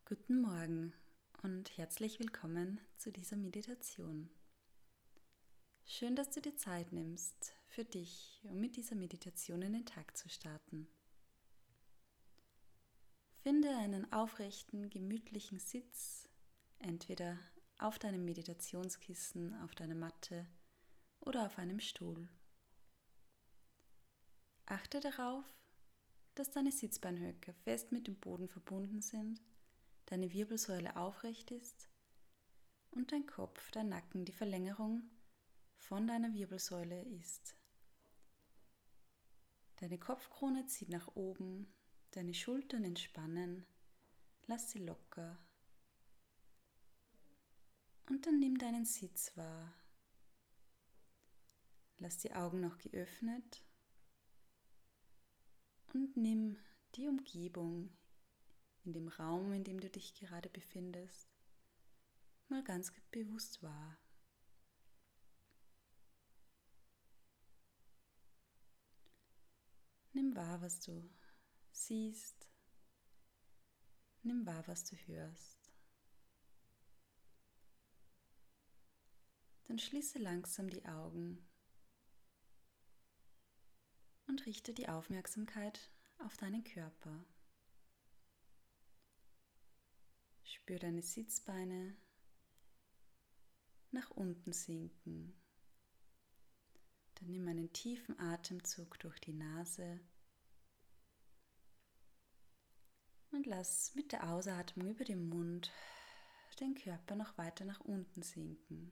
Guten Morgen und herzlich willkommen zu dieser Meditation. Schön, dass du dir Zeit nimmst für dich, um mit dieser Meditation in den Tag zu starten. Finde einen aufrechten, gemütlichen Sitz, entweder auf deinem Meditationskissen, auf deiner Matte oder auf einem Stuhl. Achte darauf, dass deine Sitzbeinhöcker fest mit dem Boden verbunden sind, deine Wirbelsäule aufrecht ist und dein Kopf, dein Nacken die Verlängerung von deiner Wirbelsäule ist. Deine Kopfkrone zieht nach oben, deine Schultern entspannen, lass sie locker und dann nimm deinen Sitz wahr. Lass die Augen noch geöffnet und nimm die Umgebung in dem Raum, in dem du dich gerade befindest, mal ganz bewusst wahr. Nimm wahr, was du siehst. Nimm wahr, was du hörst. Dann schließe langsam die Augen und richte die Aufmerksamkeit auf deinen Körper. Spür deine Sitzbeine nach unten sinken. Dann nimm einen tiefen Atemzug durch die Nase und lass mit der Ausatmung über den Mund den Körper noch weiter nach unten sinken.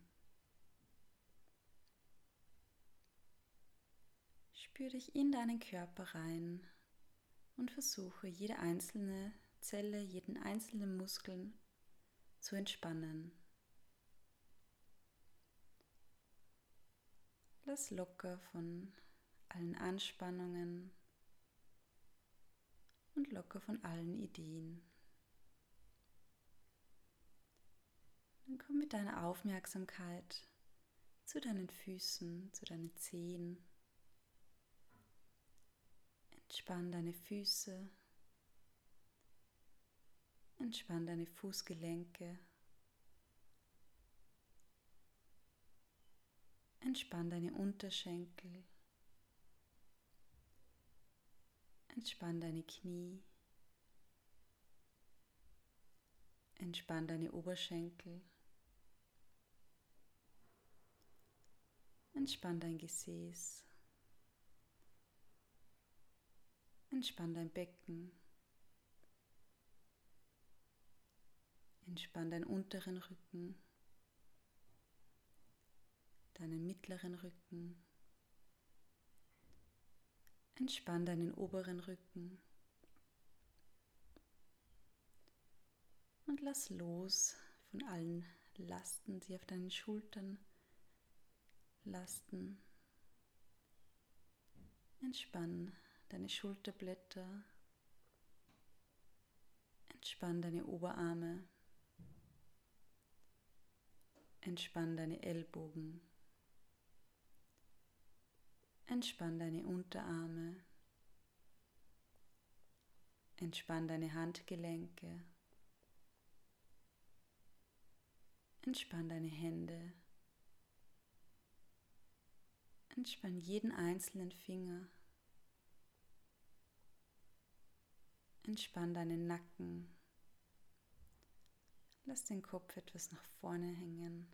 Spür dich in deinen Körper rein und versuche jede einzelne Zelle, jeden einzelnen Muskeln zu entspannen. Lass locker von allen Anspannungen und locker von allen Ideen. Dann komm mit deiner Aufmerksamkeit zu deinen Füßen, zu deinen Zehen. Entspann deine Füße, entspann deine Fußgelenke, entspann deine Unterschenkel, entspann deine Knie, entspann deine Oberschenkel, entspann dein Gesäß, entspann dein Becken, entspann deinen unteren Rücken, deinen mittleren Rücken, entspann deinen oberen Rücken und lass los von allen Lasten, die auf deinen Schultern lasten. Entspann deine Schulterblätter, entspann deine Oberarme, entspann deine Ellbogen, entspann deine Unterarme, entspann deine Handgelenke, entspann deine Hände, entspann jeden einzelnen Finger, entspann deinen Nacken, lass den Kopf etwas nach vorne hängen,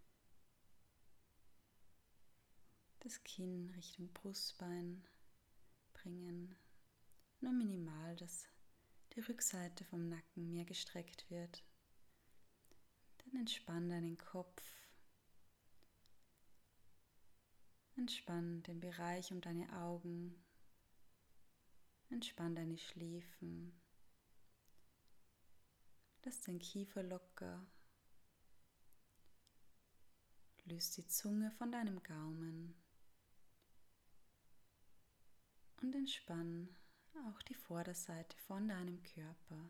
das Kinn Richtung Brustbein bringen, nur minimal, dass die Rückseite vom Nacken mehr gestreckt wird. Dann entspann deinen Kopf, entspann den Bereich um deine Augen, entspann deine Schläfen, lass den Kiefer locker, löst die Zunge von deinem Gaumen und entspann auch die Vorderseite von deinem Körper.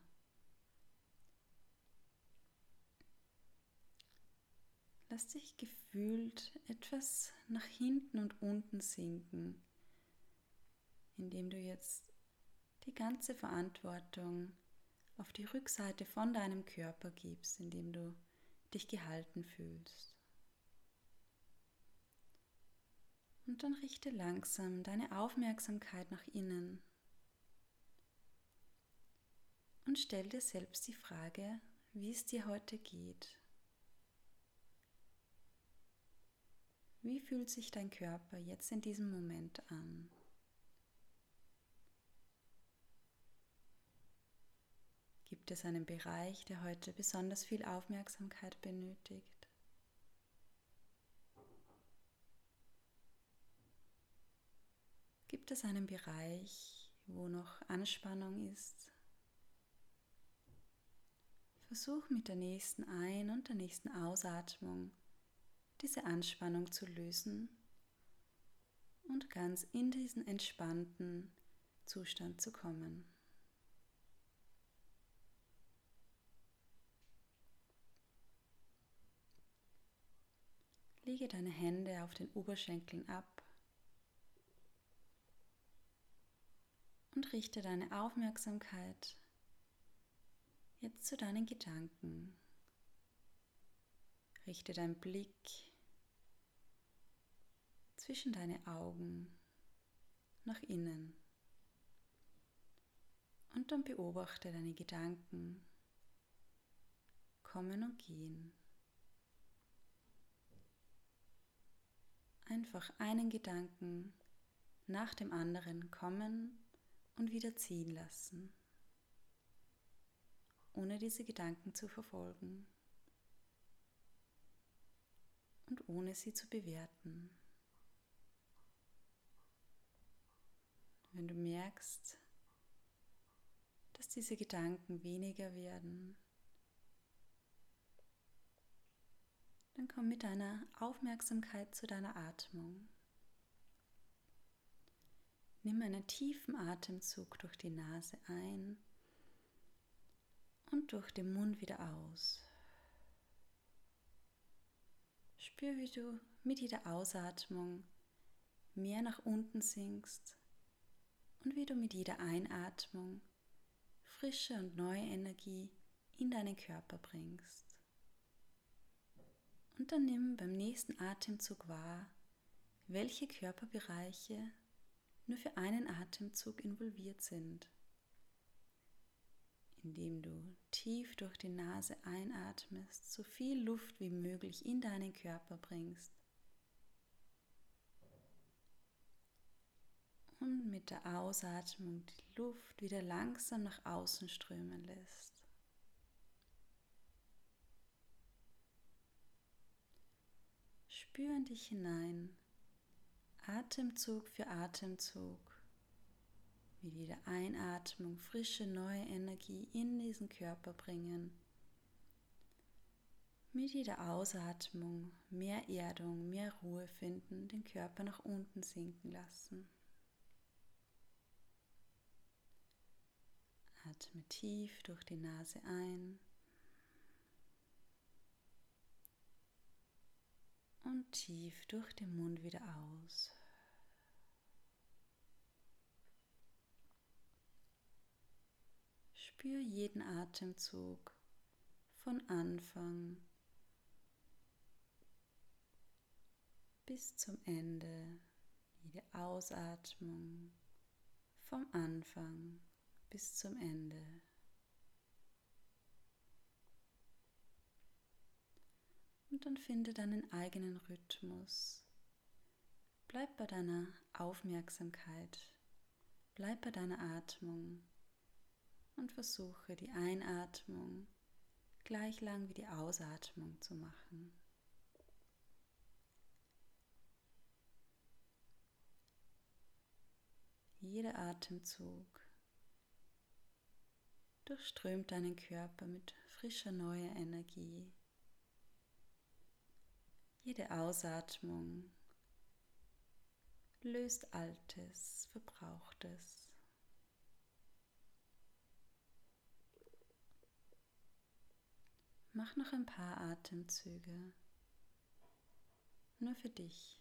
Lass dich gefühlt etwas nach hinten und unten sinken, indem du jetzt die ganze Verantwortung auf die Rückseite von deinem Körper gibst, indem du dich gehalten fühlst. Und dann richte langsam deine Aufmerksamkeit nach innen und stell dir selbst die Frage, wie es dir heute geht. Wie fühlt sich dein Körper jetzt in diesem Moment an? Gibt es einen Bereich, der heute besonders viel Aufmerksamkeit benötigt? Gibt es einen Bereich, wo noch Anspannung ist? Versuch mit der nächsten Ein- und der nächsten Ausatmung diese Anspannung zu lösen und ganz in diesen entspannten Zustand zu kommen. Lege deine Hände auf den Oberschenkeln ab und richte deine Aufmerksamkeit jetzt zu deinen Gedanken. Richte deinen Blick zwischen deine Augen nach innen und dann beobachte deine Gedanken kommen und gehen. Einfach einen Gedanken nach dem anderen kommen und wieder ziehen lassen, ohne diese Gedanken zu verfolgen und ohne sie zu bewerten. Wenn du merkst, dass diese Gedanken weniger werden, dann komm mit deiner Aufmerksamkeit zu deiner Atmung. Nimm einen tiefen Atemzug durch die Nase ein und durch den Mund wieder aus. Spür, wie du mit jeder Ausatmung mehr nach unten sinkst und wie du mit jeder Einatmung frische und neue Energie in deinen Körper bringst. Und dann nimm beim nächsten Atemzug wahr, welche Körperbereiche nur für einen Atemzug involviert sind. Indem du tief durch die Nase einatmest, so viel Luft wie möglich in deinen Körper bringst und mit der Ausatmung die Luft wieder langsam nach außen strömen lässt. Spür in dich hinein, Atemzug für Atemzug, mit jeder Einatmung frische neue Energie in diesen Körper bringen. Mit jeder Ausatmung mehr Erdung, mehr Ruhe finden, den Körper nach unten sinken lassen. Atme tief durch die Nase ein und tief durch den Mund wieder aus. Spür jeden Atemzug von Anfang bis zum Ende, jede Ausatmung vom Anfang bis zum Ende. Und dann finde deinen eigenen Rhythmus. Bleib bei deiner Aufmerksamkeit, bleib bei deiner Atmung und versuche die Einatmung gleich lang wie die Ausatmung zu machen. Jeder Atemzug durchströmt deinen Körper mit frischer neuer Energie. Jede Ausatmung löst Altes, Verbrauchtes. Mach noch ein paar Atemzüge, nur für dich.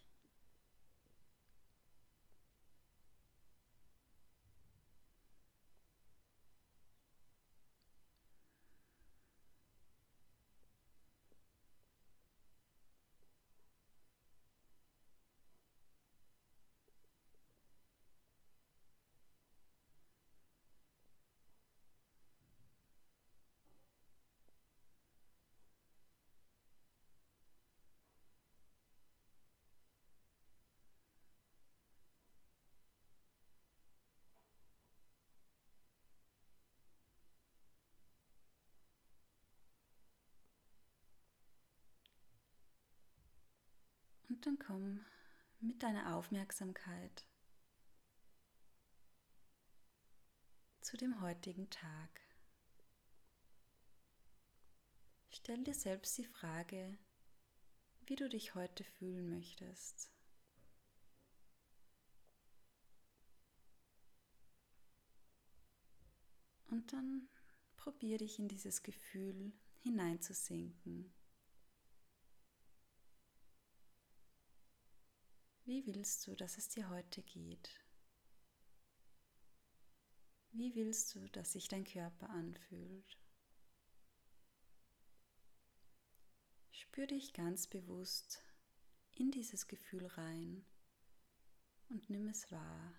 Und dann komm mit deiner Aufmerksamkeit zu dem heutigen Tag. Stell dir selbst die Frage, wie du dich heute fühlen möchtest. Und dann probier dich in dieses Gefühl hineinzusinken. Wie willst du, dass es dir heute geht? Wie willst du, dass sich dein Körper anfühlt? Spür dich ganz bewusst in dieses Gefühl rein und nimm es wahr.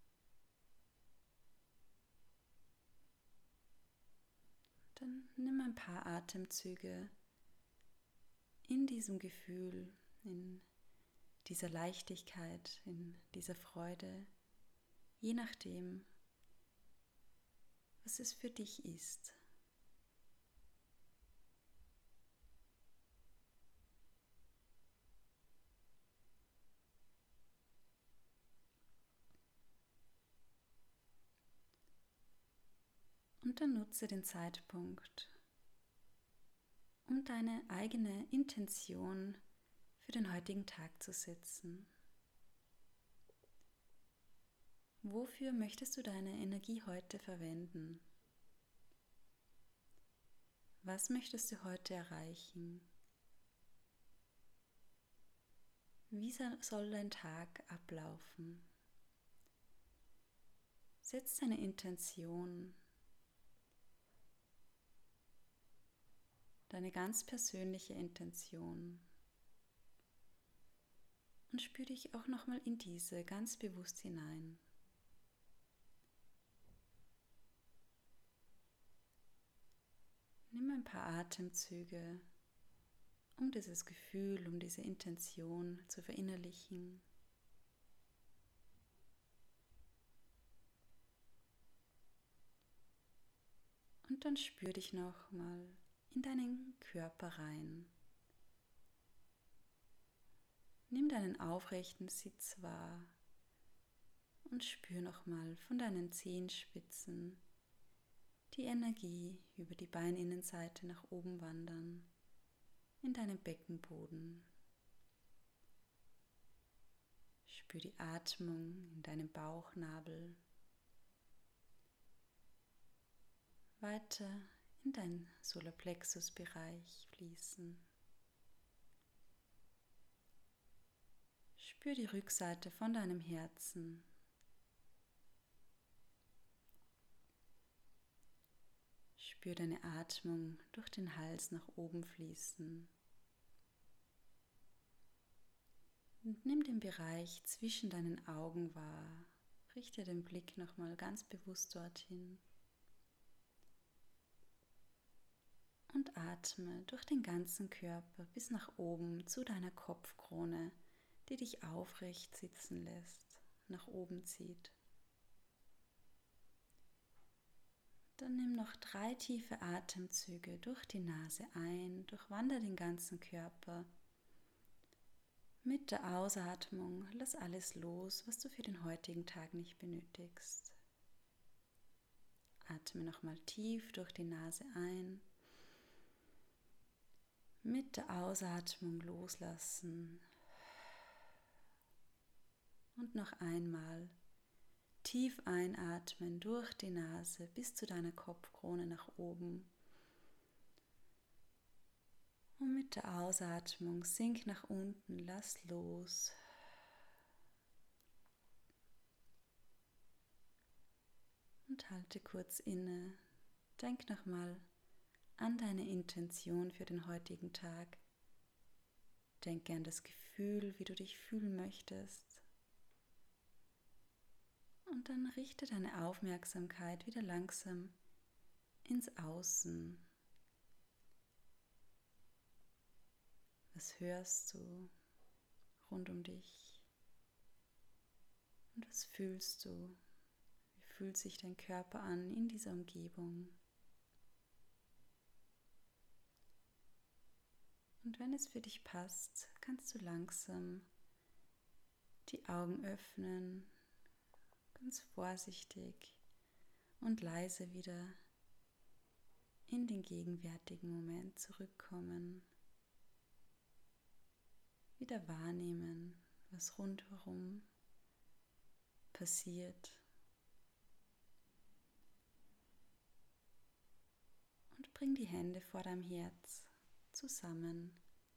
Dann nimm ein paar Atemzüge in diesem Gefühl, in dieser Leichtigkeit, in dieser Freude, je nachdem, was es für dich ist. Und dann nutze den Zeitpunkt, um deine eigene Intention für den heutigen Tag zu setzen. Wofür möchtest du deine Energie heute verwenden? Was möchtest du heute erreichen? Wie soll dein Tag ablaufen? Setz deine Intention, deine ganz persönliche Intention und spür dich auch nochmal in diese ganz bewusst hinein. Nimm ein paar Atemzüge, um dieses Gefühl, um diese Intention zu verinnerlichen. Und dann spür dich nochmal in deinen Körper rein. Nimm deinen aufrechten Sitz wahr und spür nochmal von deinen Zehenspitzen die Energie über die Beininnenseite nach oben wandern, in deinen Beckenboden. Spür die Atmung in deinem Bauchnabel, weiter in deinen Solarplexus-Bereich fließen. Spür die Rückseite von deinem Herzen. Spür deine Atmung durch den Hals nach oben fließen. Und nimm den Bereich zwischen deinen Augen wahr. Richte den Blick nochmal ganz bewusst dorthin. Und atme durch den ganzen Körper bis nach oben zu deiner Kopfkrone, die dich aufrecht sitzen lässt, nach oben zieht. Dann nimm noch 3 tiefe Atemzüge durch die Nase ein, durchwander den ganzen Körper. Mit der Ausatmung lass alles los, was du für den heutigen Tag nicht benötigst. Atme nochmal tief durch die Nase ein. Mit der Ausatmung loslassen. Und noch einmal tief einatmen durch die Nase bis zu deiner Kopfkrone nach oben. Und mit der Ausatmung sink nach unten, lass los. Und halte kurz inne. Denk nochmal an deine Intention für den heutigen Tag. Denke an das Gefühl, wie du dich fühlen möchtest. Und dann richte deine Aufmerksamkeit wieder langsam ins Außen. Was hörst du rund um dich? Und was fühlst du? Wie fühlt sich dein Körper an in dieser Umgebung? Und wenn es für dich passt, kannst du langsam die Augen öffnen, ganz vorsichtig und leise wieder in den gegenwärtigen Moment zurückkommen, wieder wahrnehmen, was rundherum passiert und bring die Hände vor deinem Herz zusammen.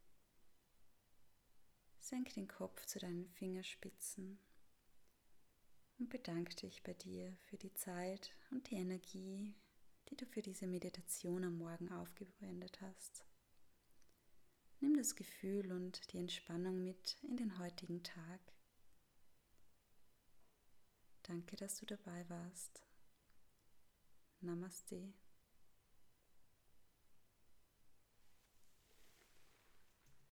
Senk den Kopf zu deinen Fingerspitzen und bedanke dich bei dir für die Zeit und die Energie, die du für diese Meditation am Morgen aufgewendet hast. Nimm das Gefühl und die Entspannung mit in den heutigen Tag. Danke, dass du dabei warst. Namaste.